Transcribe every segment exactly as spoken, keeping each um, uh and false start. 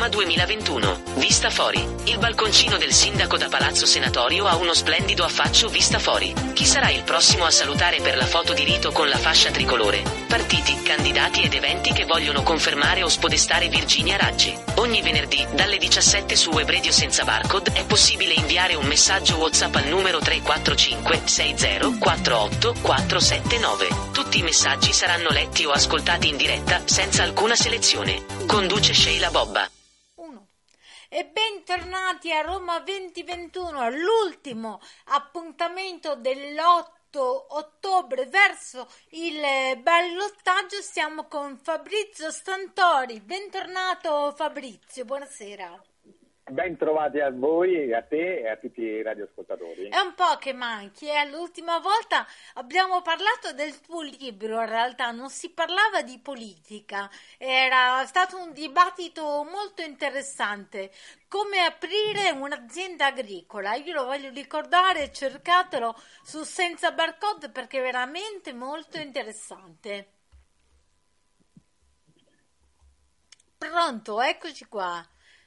Roma duemilaventuno. Vista fuori. Il balconcino del sindaco da Palazzo Senatorio ha uno splendido affaccio vista fuori. Chi sarà il prossimo a salutare per la foto di rito con la fascia tricolore? Partiti, candidati ed eventi che vogliono confermare o spodestare Virginia Raggi. Ogni venerdì, dalle diciassette su Web Radio senza barcode, è possibile inviare un messaggio WhatsApp al numero tre quattro cinque sei zero quattro otto quattro sette nove. Tutti i messaggi saranno letti o ascoltati in diretta, senza alcuna selezione. Conduce Sheila Bobba. Uno. E bentornati a Roma duemilaventuno, all'ultimo appuntamento dell'otto ottobre verso il ballottaggio. Siamo con Fabrizio Stantori. Bentornato Fabrizio, buonasera. Ben trovati a voi, a te e a tutti i radioascoltatori. È un po' che manchi, eh? L'ultima volta abbiamo parlato del tuo libro, in realtà non si parlava di politica, era stato un dibattito molto interessante, come aprire un'azienda agricola. Io lo voglio ricordare, cercatelo su Senza Barcode perché è veramente molto interessante. Pronto, eccoci qua.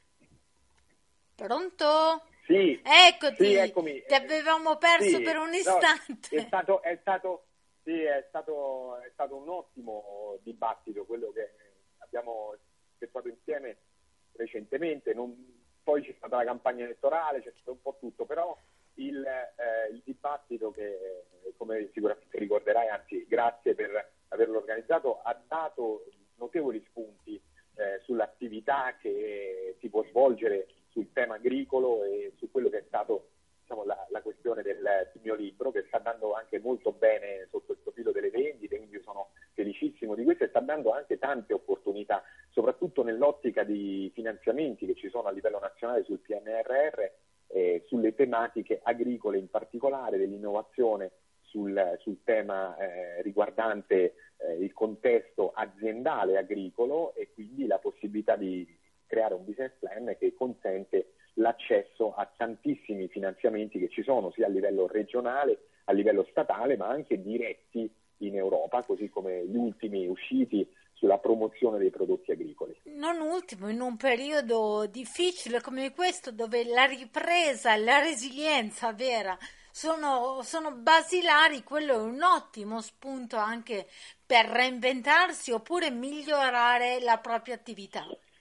Pronto? Sì. Eccoti, sì, eccomi. Ti avevamo perso sì, per un no, istante. è stato, è stato, sì, è stato, è stato un ottimo dibattito quello che abbiamo effettuato insieme recentemente. Non, poi c'è stata la campagna elettorale, c'è stato un po' tutto, però il, eh, il dibattito che, come sicuramente ricorderai, anzi grazie per averlo organizzato, ha dato notevoli spunti eh, sull'attività che si può svolgere sul tema agricolo e su quello che è stato, diciamo, la, la questione del, del mio libro, che sta andando anche molto bene sotto il profilo delle vendite, quindi io sono felicissimo di questo, e sta dando anche tante opportunità, soprattutto nell'ottica di finanziamenti che ci sono a livello nazionale sul P N R R, eh, sulle tematiche agricole in particolare, dell'innovazione sul, sul tema eh, riguardante eh, il contesto aziendale agricolo, e quindi la possibilità di creare un business plan che consente l'accesso a tantissimi finanziamenti che ci sono sia a livello regionale, a livello statale, ma anche diretti in Europa, così come gli ultimi usciti sulla promozione dei prodotti agricoli. Non ultimo, in un periodo difficile come questo, dove la ripresa e la resilienza vera sono, sono basilari, quello è un ottimo spunto anche per reinventarsi oppure migliorare la propria attività.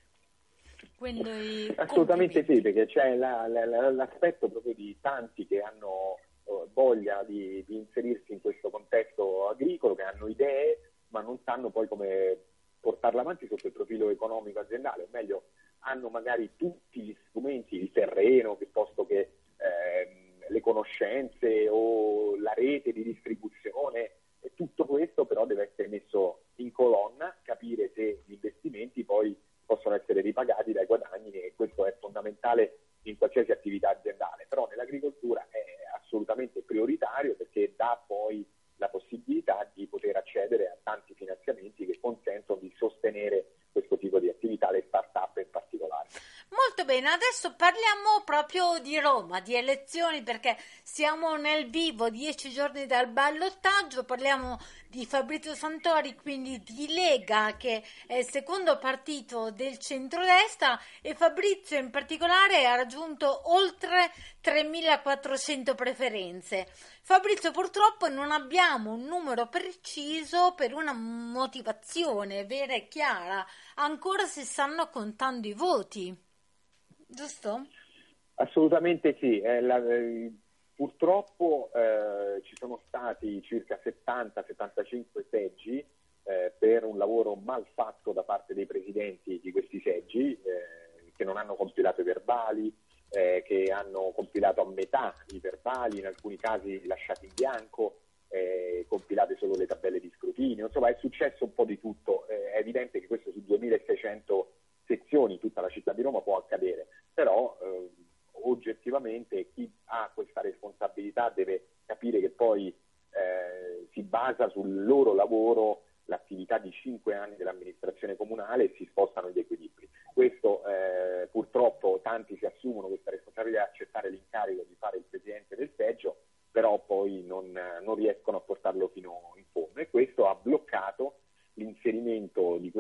Quindi, assolutamente sì, perché c'è la, la, l'aspetto proprio di tanti che hanno uh, voglia di, di inserirsi in questo contesto agricolo, che hanno idee ma non sanno poi come portarla avanti sotto il profilo economico aziendale, o meglio hanno magari tutti gli strumenti, il terreno piuttosto che eh, le conoscenze o la rete di distribuzione, e tutto questo però deve essere messo in colonna, capire se gli investimenti poi possono essere ripagati dai guadagni, e questo è fondamentale in qualsiasi attività aziendale, però nell'agricoltura è assolutamente prioritario perché dà poi la possibilità di poter accedere a tanti finanziamenti che consentono di sostenere questo tipo di attività, le start-up in particolare. Molto bene, adesso parliamo proprio di Roma, di elezioni, perché siamo nel vivo, dieci giorni dal ballottaggio. Parliamo di Fabrizio Stantori, quindi di Lega, che è il secondo partito del centrodestra, e Fabrizio in particolare ha raggiunto oltre tremilaquattrocento preferenze. Fabrizio, purtroppo non abbiamo un numero preciso per una motivazione vera e chiara, ancora si stanno contando i voti. Giusto? Assolutamente sì, eh, la, eh, purtroppo eh, ci sono stati circa settanta settantacinque seggi eh, per un lavoro mal fatto da parte dei presidenti di questi seggi, eh, che non hanno compilato i verbali, eh, che hanno compilato a metà i verbali, in alcuni casi lasciati in bianco, eh, compilate solo le tabelle di scrutinio, insomma è successo un po' di tutto. Eh, è evidente che questo su duemilaseicento sezioni, tutta la città di Roma, può accadere, però eh, oggettivamente chi ha questa responsabilità deve capire che poi eh, si basa sul loro lavoro l'attività di cinque anni dell'amministrazione comunale e si spostano gli equilibri. Questo eh, purtroppo tanti si assumono questa responsabilità di accettare l'incarico di fare il presidente del seggio, però poi non, non riescono a portarlo fino in fondo, e questo ha bloccato l'inserimento di questi dati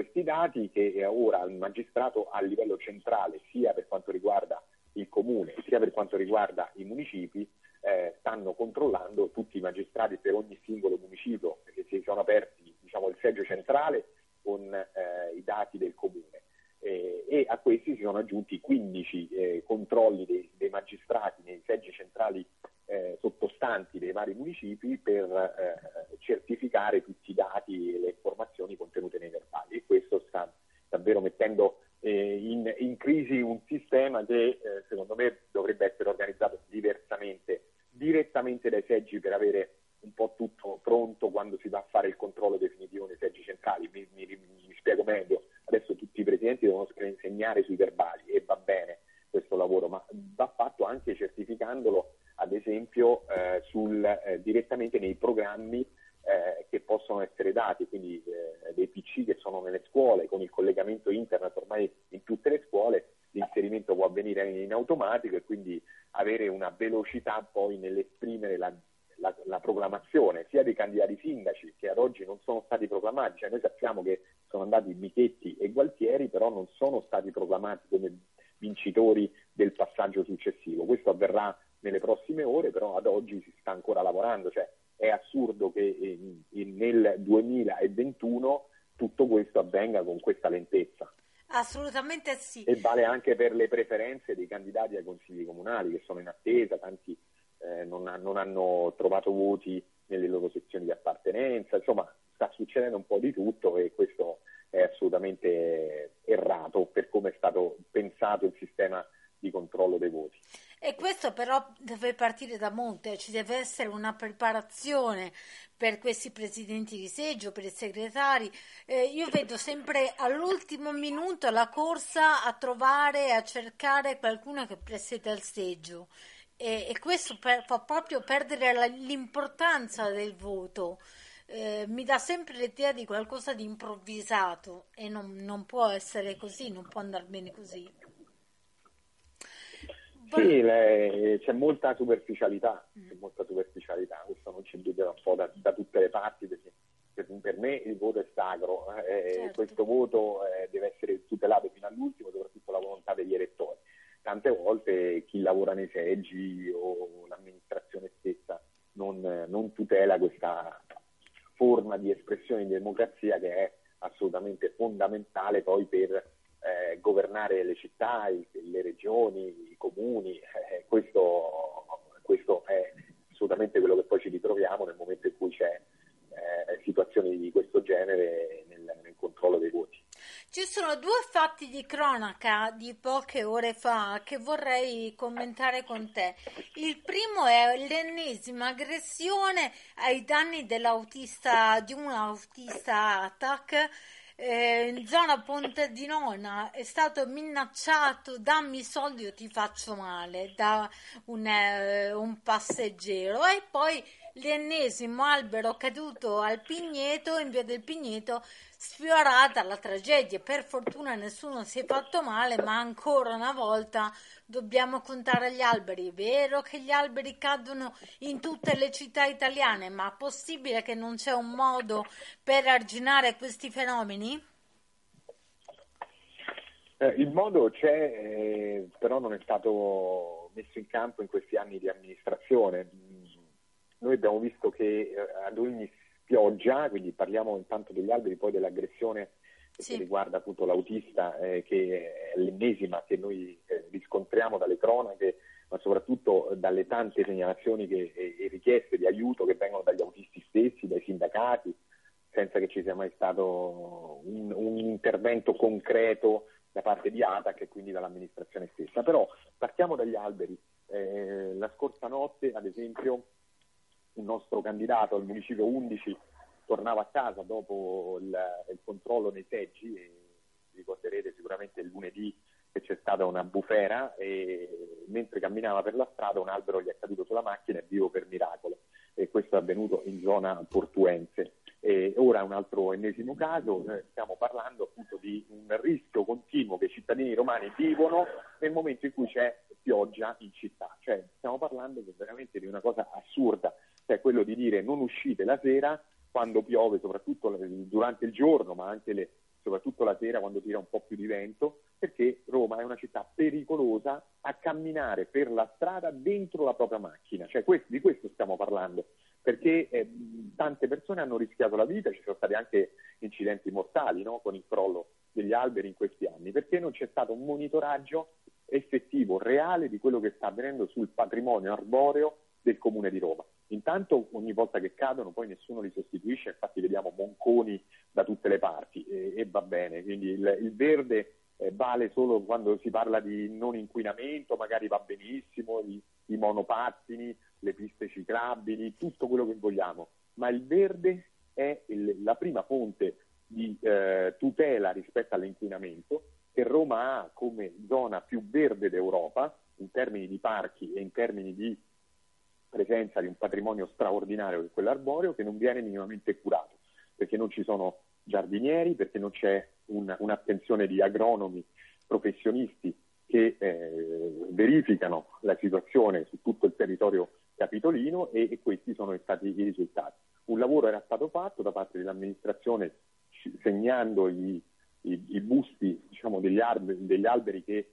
dati che ora il magistrato a livello centrale, sia per quanto riguarda il comune, sia per quanto riguarda i municipi, eh, stanno controllando tutti i magistrati per ogni singolo municipio, perché si sono aperti, diciamo, il seggio centrale con eh, i dati del comune. Eh, e a questi si sono aggiunti quindici eh, controlli dei, dei magistrati nei seggi centrali eh, sottostanti dei vari municipi per eh, certificare tutti i dati e le informazioni contenute nei verbali, e questo sta davvero mettendo eh, in, in crisi un sistema che eh, secondo me dovrebbe essere organizzato diversamente, direttamente dai seggi, per avere un po' tutto pronto quando si va a fare il controllo definitivo nei seggi centrali. Mi, mi, mi spiego meglio: adesso tutti i presidenti devono insegnare sui verbali, e va bene questo lavoro, ma va fatto anche certificandolo, ad esempio eh, sul, eh, direttamente nei programmi eh, che possono essere dati, quindi eh, dei P C che sono nelle scuole, con il collegamento internet ormai in tutte le scuole, l'inserimento può avvenire in automatico, e quindi avere una velocità poi nell'esprimere la La, la proclamazione sia dei candidati sindaci, che ad oggi non sono stati proclamati. Cioè, noi sappiamo che sono andati Michetti e Gualtieri, però non sono stati proclamati come vincitori del passaggio successivo. Questo avverrà nelle prossime ore, però ad oggi si sta ancora lavorando. Cioè, è assurdo che in, in, nel duemilaventuno tutto questo avvenga con questa lentezza. Assolutamente sì. E vale anche per le preferenze dei candidati ai consigli comunali, che sono in attesa. Tanti Eh, non, non hanno trovato voti nelle loro sezioni di appartenenza. Insomma, sta succedendo un po' di tutto, e questo è assolutamente errato per come è stato pensato il sistema di controllo dei voti. E questo però deve partire da monte, ci deve essere una preparazione per questi presidenti di seggio, per i segretari. Eh, io vedo sempre all'ultimo minuto la corsa a trovare, a cercare qualcuno che presieda il seggio. E, e questo per, fa proprio perdere la, l'importanza del voto. Eh, mi dà sempre l'idea di qualcosa di improvvisato, e non, non può essere così, non può andare bene così. Sì, le, c'è molta superficialità, c'è molta superficialità, questo non c'è dubbio, un po' da, da tutte le parti, perché per, per me il voto è sacro, eh, certo. Questo voto eh, deve essere tutelato fino all'ultimo, soprattutto la volontà degli elettori. Tante volte chi lavora nei seggi o l'amministrazione stessa non, non tutela questa forma di espressione di democrazia, che è assolutamente fondamentale poi per eh, governare le città, i, le regioni, i comuni. Eh, questo, questo è assolutamente quello che poi ci ritroviamo nel momento in cui c'è eh, situazioni di questo genere nel, nel controllo dei voti. Ci sono due fatti di cronaca di poche ore fa che vorrei commentare con te. Il primo è l'ennesima aggressione ai danni dell'autista, di un autista A T A C eh, in zona Ponte di Nona. È stato minacciato: dammi soldi o ti faccio male, da un, eh, un passeggero. E poi l'ennesimo albero caduto al Pigneto, in via del Pigneto, sfiorata la tragedia. Per fortuna nessuno si è fatto male, ma ancora una volta dobbiamo contare gli alberi. È vero che gli alberi cadono in tutte le città italiane, ma è possibile che non c'è un modo per arginare questi fenomeni? Eh, il modo c'è, eh, però non è stato messo in campo in questi anni di amministrazione. Noi abbiamo visto che eh, ad ogni pioggia, quindi parliamo intanto degli alberi, poi dell'aggressione sì. che riguarda appunto l'autista, eh, che è l'ennesima che noi eh, riscontriamo dalle cronache, ma soprattutto dalle tante segnalazioni che, e, e richieste di aiuto che vengono dagli autisti stessi, dai sindacati, senza che ci sia mai stato un, un intervento concreto da parte di A T A C e quindi dall'amministrazione stessa. Però partiamo dagli alberi. Eh, la scorsa notte, ad esempio, un nostro candidato al municipio undici tornava a casa dopo il, il controllo nei seggi, e ricorderete sicuramente il lunedì che c'è stata una bufera, e mentre camminava per la strada un albero gli è caduto sulla macchina, è vivo per miracolo, e questo è avvenuto in zona portuense. E ora un altro ennesimo caso, eh, stiamo parlando appunto di un rischio continuo che i cittadini romani vivono nel momento in cui c'è pioggia in città. Cioè stiamo parlando veramente di una cosa assurda, cioè quello di dire non uscite la sera quando piove, soprattutto durante il giorno, ma anche le soprattutto la sera quando tira un po' più di vento, perché Roma è una città pericolosa a camminare per la strada dentro la propria macchina, cioè questo, di questo stiamo parlando, perché eh, tante persone hanno rischiato la vita, ci sono stati anche incidenti mortali, no? Con il crollo degli alberi in questi anni, perché non c'è stato un monitoraggio effettivo, reale di quello che sta avvenendo sul patrimonio arboreo del Comune di Roma. Intanto ogni volta che cadono poi nessuno li sostituisce, infatti vediamo monconi da tutte le parti e, e va bene, quindi il, il verde eh, vale solo quando si parla di non inquinamento, magari va benissimo, i, i monopattini, le piste ciclabili, tutto quello che vogliamo, ma il verde è il, la prima fonte di eh, tutela rispetto all'inquinamento che Roma ha come zona più verde d'Europa in termini di parchi e in termini di presenza di un patrimonio straordinario che è quello arboreo, che non viene minimamente curato, perché non ci sono giardinieri, perché non c'è un, un'attenzione di agronomi professionisti che eh, verificano la situazione su tutto il territorio capitolino e, e questi sono stati i risultati. Un lavoro era stato fatto da parte dell'amministrazione segnando i, i, i busti, diciamo, degli alberi, degli alberi che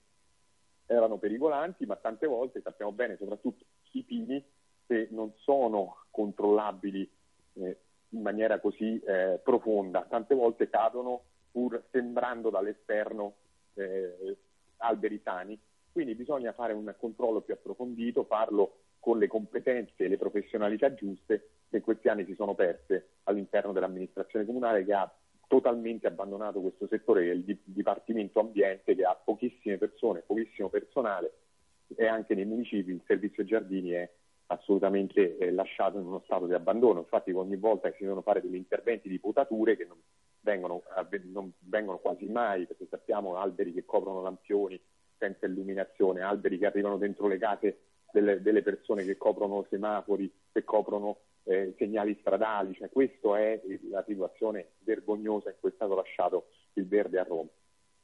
erano pericolanti, ma tante volte sappiamo bene, soprattutto i pini, che non sono controllabili eh, in maniera così eh, profonda, tante volte cadono pur sembrando dall'esterno eh, alberi sani, quindi bisogna fare un controllo più approfondito, farlo con le competenze e le professionalità giuste che in questi anni si sono perse all'interno dell'amministrazione comunale, che ha totalmente abbandonato questo settore, che è il Dipartimento Ambiente, che ha pochissime persone, pochissimo personale, e anche nei municipi il servizio giardini è assolutamente eh, lasciato in uno stato di abbandono. Infatti ogni volta che si devono fare degli interventi di potature che non vengono, non vengono quasi mai, perché sappiamo alberi che coprono lampioni senza illuminazione, alberi che arrivano dentro le case delle, delle persone, che coprono semafori, che coprono eh, segnali stradali, cioè questa è la situazione vergognosa in cui è stato lasciato il verde a Roma.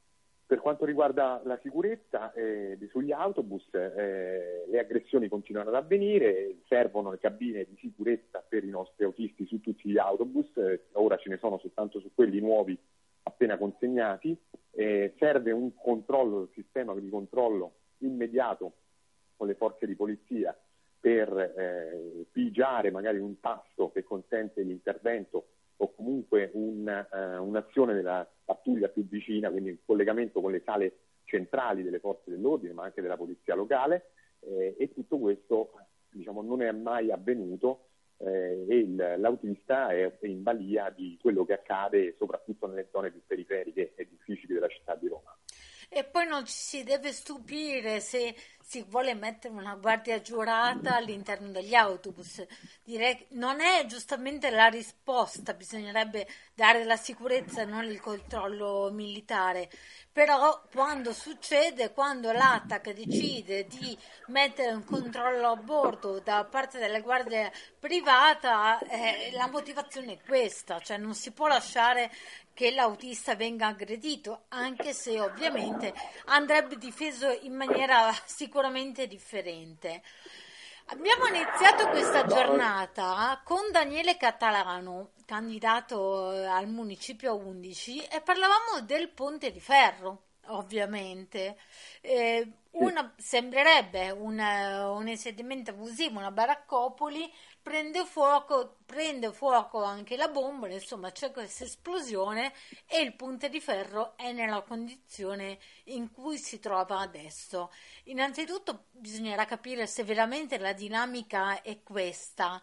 Per quanto riguarda la sicurezza eh, sugli autobus, eh, le aggressioni continuano ad avvenire, servono le cabine di sicurezza per i nostri autisti su tutti gli autobus, eh, ora ce ne sono soltanto su quelli nuovi appena consegnati, eh, serve un controllo, un sistema di controllo immediato con le forze di polizia per eh, pigiare magari un tasto che consente l'intervento o comunque un, uh, un'azione della pattuglia più vicina, quindi il collegamento con le sale centrali delle forze dell'ordine, ma anche della polizia locale, eh, e tutto questo, diciamo, non è mai avvenuto eh, e il, l'autista è in balia di quello che accade soprattutto nelle zone più periferiche e difficili della città di Roma. E poi non ci si deve stupire se si vuole mettere una guardia giurata all'interno degli autobus. Direi che non è giustamente la risposta, bisognerebbe dare la sicurezza e non il controllo militare. Però quando succede, quando l'A T A C decide di mettere un controllo a bordo da parte della guardia privata, eh, la motivazione è questa, cioè non si può lasciare che l'autista venga aggredito, anche se ovviamente andrebbe difeso in maniera sicuramente differente. Abbiamo iniziato questa giornata con Daniele Catalano, candidato al Municipio undici, e parlavamo del Ponte di Ferro, ovviamente. Eh, una, sembrerebbe un, un insediamento abusivo, una baraccopoli, prende fuoco, prende fuoco anche la bombola, insomma c'è questa esplosione e il Ponte di Ferro è nella condizione in cui si trova adesso. Innanzitutto bisognerà capire se veramente la dinamica è questa,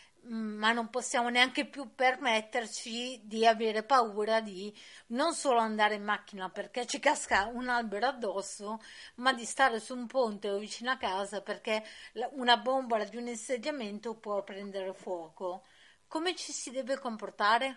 ma non possiamo neanche più permetterci di avere paura di non solo andare in macchina perché ci casca un albero addosso, ma di stare su un ponte o vicino a casa perché una bombola di un insediamento può prendere fuoco. Come ci si deve comportare?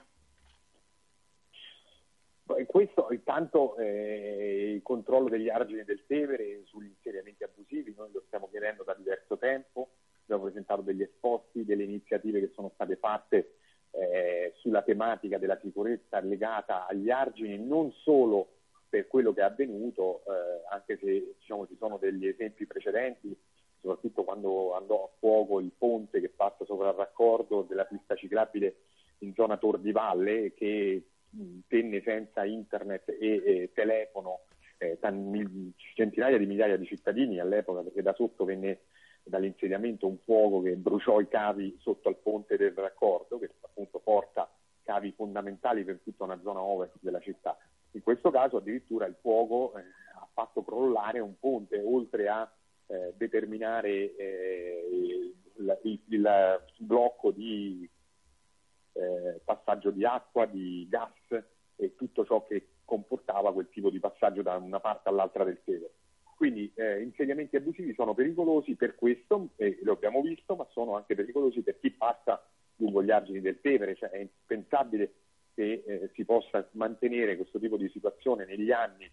Questo intanto eh, il controllo degli argini del Tevere sugli insediamenti abusivi, noi lo stiamo chiedendo da diverso tempo. Abbiamo presentato degli esposti, delle iniziative che sono state fatte eh, sulla tematica della sicurezza legata agli argini, non solo per quello che è avvenuto, eh, anche se diciamo, ci sono degli esempi precedenti, soprattutto quando andò a fuoco il ponte che passa sopra il raccordo della pista ciclabile in zona Tor di Valle, che tenne senza internet e, e telefono eh, tan- centinaia di migliaia di cittadini all'epoca, perché da sotto venne dall'insediamento un fuoco che bruciò i cavi sotto al ponte del raccordo, che appunto porta cavi fondamentali per tutta una zona ovest della città. In questo caso addirittura il fuoco eh, ha fatto crollare un ponte, oltre a eh, determinare eh, il, il, il blocco di eh, passaggio di acqua, di gas e tutto ciò che comportava quel tipo di passaggio da una parte all'altra del Tevere. Quindi eh, insediamenti abusivi sono pericolosi per questo, e lo abbiamo visto, ma sono anche pericolosi per chi passa lungo gli argini del Tevere. Cioè, è impensabile che eh, si possa mantenere questo tipo di situazione negli anni,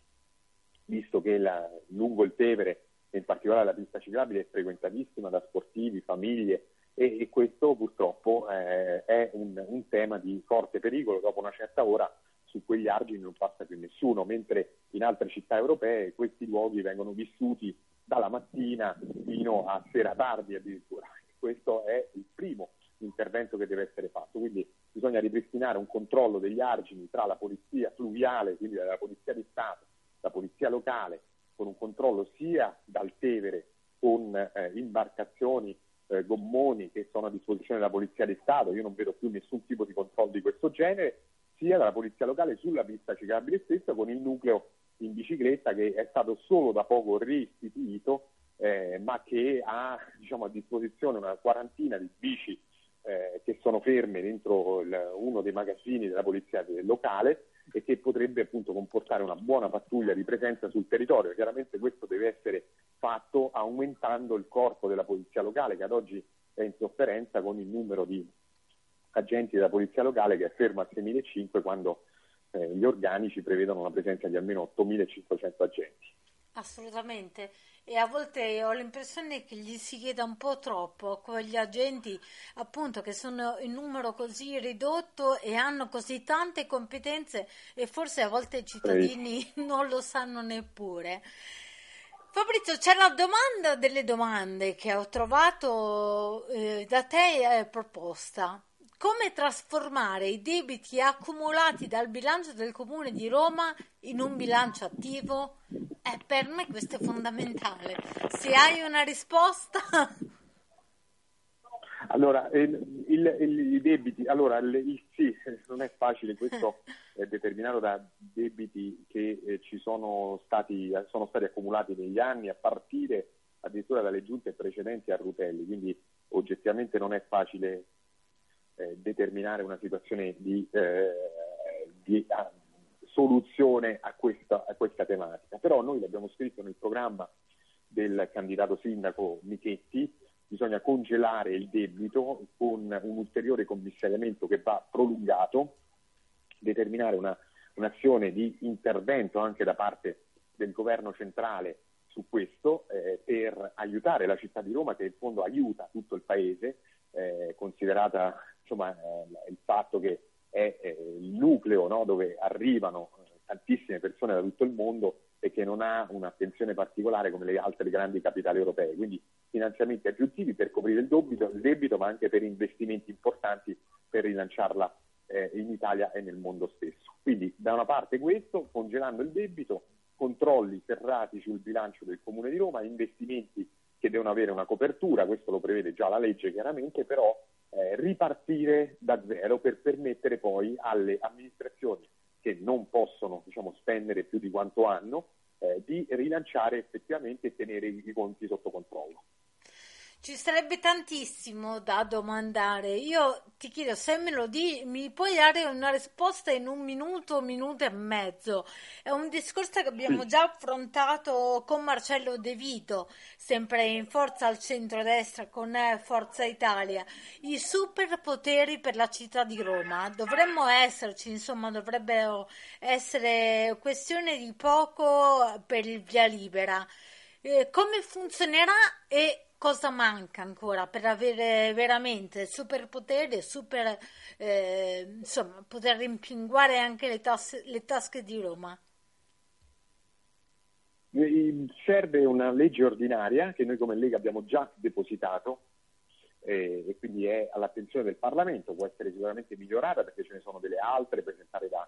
visto che la, lungo il Tevere, e in particolare la pista ciclabile, è frequentatissima da sportivi, famiglie, e, e questo purtroppo eh, è un, un tema di forte pericolo. Dopo una certa ora su quegli argini non passa più nessuno, mentre in altre città europee questi luoghi vengono vissuti dalla mattina fino a sera tardi addirittura. Questo è il primo intervento che deve essere fatto, quindi bisogna ripristinare un controllo degli argini tra la polizia fluviale, quindi la polizia di Stato, la polizia locale, con un controllo sia dal Tevere con eh, imbarcazioni, eh, gommoni che sono a disposizione della polizia di Stato. Io non vedo più nessun tipo di controllo di questo genere, sia dalla polizia locale sulla pista ciclabile stessa, con il nucleo in bicicletta che è stato solo da poco riistituito, eh, ma che ha, diciamo, a disposizione una quarantina di bici eh, che sono ferme dentro il, uno dei magazzini della polizia locale, e che potrebbe appunto comportare una buona pattuglia di presenza sul territorio. Chiaramente questo deve essere fatto aumentando il corpo della polizia locale, che ad oggi è in sofferenza con il numero di agenti della polizia locale che è fermo a seimilacinquecento, quando eh, gli organici prevedono la presenza di almeno ottomilacinquecento agenti. Assolutamente, e a volte ho l'impressione che gli si chieda un po' troppo a quegli agenti, appunto, che sono in numero così ridotto e hanno così tante competenze, e forse a volte i cittadini sì. non lo sanno neppure. Fabrizio, c'è la domanda delle domande che ho trovato eh, da te eh, proposta. Come trasformare i debiti accumulati dal bilancio del Comune di Roma in un bilancio attivo? Eh, per me questo è fondamentale. Se hai una risposta... Allora, il, il, il, i debiti, allora il, il, sì, non è facile, questo è determinato da debiti che eh, ci sono stati, sono stati accumulati negli anni, a partire addirittura dalle giunte precedenti a Rutelli, quindi oggettivamente non è facile eh, determinare una situazione di, eh, di ah, soluzione a questa, a questa tematica. Però noi l'abbiamo scritto nel programma del candidato sindaco Michetti. Bisogna congelare il debito con un ulteriore commissariamento che va prolungato, determinare una, un'azione di intervento anche da parte del governo centrale su questo, eh, per aiutare la città di Roma, che in fondo aiuta tutto il paese, eh, considerata insomma, eh, il fatto che è eh, il nucleo, no, dove arrivano tantissime persone da tutto il mondo, e che non ha un'attenzione particolare come le altre grandi capitali europee. Quindi finanziamenti aggiuntivi per coprire il debito, il debito ma anche per investimenti importanti per rilanciarla eh, in Italia e nel mondo stesso. Quindi da una parte questo, congelando il debito, controlli serrati sul bilancio del Comune di Roma, investimenti che devono avere una copertura, questo lo prevede già la legge chiaramente, però eh, ripartire da zero per permettere poi alle amministrazioni che non possono, diciamo, spendere più di quanto hanno, eh, di rilanciare effettivamente e tenere i, i conti sotto controllo. Ci sarebbe tantissimo da domandare. Io ti chiedo, se me lo di, mi puoi dare una risposta in un minuto, un minuto e mezzo. È un discorso che abbiamo sì. già affrontato con Marcello De Vito, sempre in Forza al centrodestra con Forza Italia. I superpoteri per la città di Roma. Dovremmo esserci, insomma, dovrebbero essere questione di poco per il via libera. Eh, come funzionerà e cosa manca ancora per avere veramente superpoteri e super, eh, insomma, poter rimpinguare anche le, tasse, le tasche di Roma? Serve una legge ordinaria che noi come Lega abbiamo già depositato eh, e quindi è all'attenzione del Parlamento, può essere sicuramente migliorata perché ce ne sono delle altre presentate da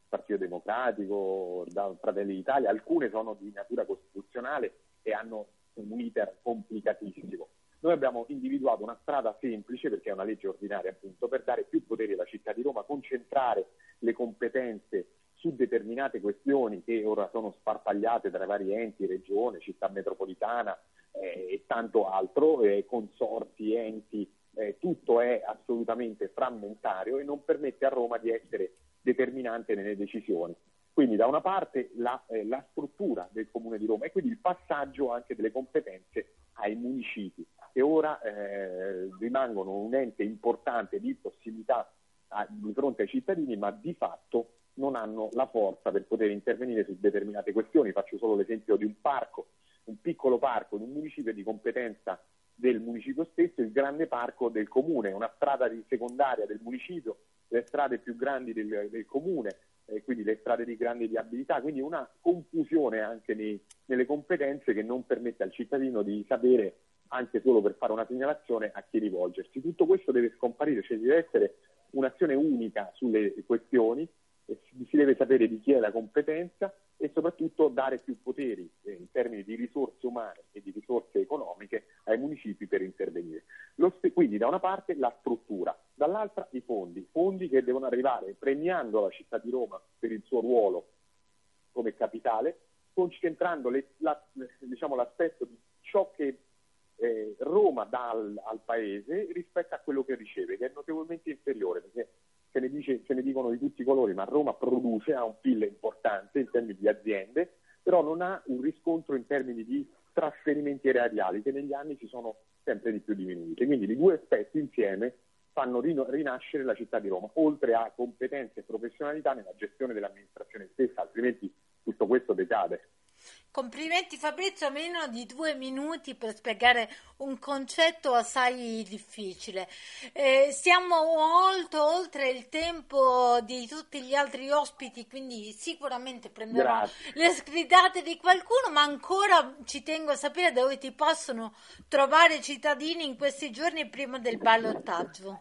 Partito Democratico, da Fratelli d'Italia, alcune sono di natura costituzionale e hanno un iter complicatissimo. Noi abbiamo individuato una strada semplice, perché è una legge ordinaria appunto, per dare più poteri alla città di Roma, concentrare le competenze su determinate questioni che ora sono sparpagliate tra vari enti, regione, città metropolitana eh, e tanto altro, eh, consorzi, enti, eh, tutto è assolutamente frammentario e non permette a Roma di essere determinante nelle decisioni. Quindi da una parte la, eh, la struttura del Comune di Roma e quindi il passaggio anche delle competenze ai municipi, che ora eh, rimangono un ente importante di prossimità a, di fronte ai cittadini, ma di fatto non hanno la forza per poter intervenire su determinate questioni. Faccio solo l'esempio di un parco, un piccolo parco di un municipio di competenza del municipio stesso, il grande parco del comune, una strada di secondaria del municipio, le strade più grandi del, del comune, eh, quindi le strade di grande viabilità, quindi una confusione anche nei, nelle competenze che non permette al cittadino di sapere, anche solo per fare una segnalazione, a chi rivolgersi. Tutto questo deve scomparire, cioè deve essere un'azione unica sulle questioni, e si deve sapere di chi è la competenza e soprattutto dare più poteri eh, in termini di risorse umane e di risorse economiche ai municipi per intervenire. Lo st- quindi da una parte la struttura, dall'altra i fondi, fondi che devono arrivare premiando la città di Roma per il suo ruolo come capitale, concentrando le, la, diciamo, l'aspetto di ciò che eh, Roma dà al, al paese rispetto a quello che riceve, che è notevolmente inferiore, perché se ne, dice, se ne dicono di tutti i colori, ma Roma produce, ha un P I L importante in termini di aziende, però non ha un riscontro in termini di trasferimenti erariali che negli anni si sono sempre di più diminuiti. Quindi i due aspetti insieme fanno rinascere la città di Roma, oltre a competenze e professionalità nella gestione dell'amministrazione stessa, altrimenti tutto questo decade. Complimenti Fabrizio, meno di due minuti per spiegare un concetto assai difficile. Eh, siamo molto oltre il tempo di tutti gli altri ospiti, quindi sicuramente prenderò Grazie. le sgridate di qualcuno, ma ancora ci tengo a sapere dove ti possono trovare i cittadini in questi giorni prima del ballottaggio.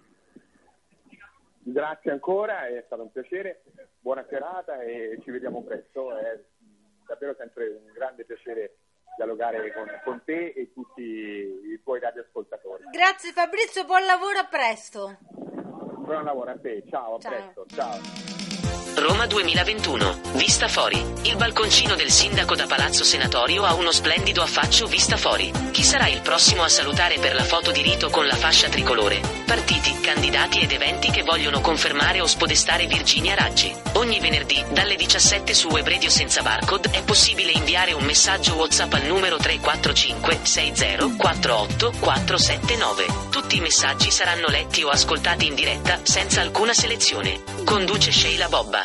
Grazie ancora, è stato un piacere, buona serata e ci vediamo presto. È davvero sempre un grande piacere dialogare con, con te e tutti i tuoi radioascoltatori. Grazie Fabrizio, buon lavoro, a presto. Buon lavoro a te, ciao, a Ciao. presto, ciao. Roma duemilaventuno. Vista fuori. Il balconcino del sindaco da Palazzo Senatorio ha uno splendido affaccio vista fuori. Chi sarà il prossimo a salutare per la foto di rito con la fascia tricolore? Partiti, candidati ed eventi che vogliono confermare o spodestare Virginia Raggi. Ogni venerdì, dalle diciassette su Web Radio senza barcode, è possibile inviare un messaggio WhatsApp al numero tre quattro cinque sei zero quattro otto quattro sette nove. Tutti i messaggi saranno letti o ascoltati in diretta, senza alcuna selezione. Conduce Sheila Bobba.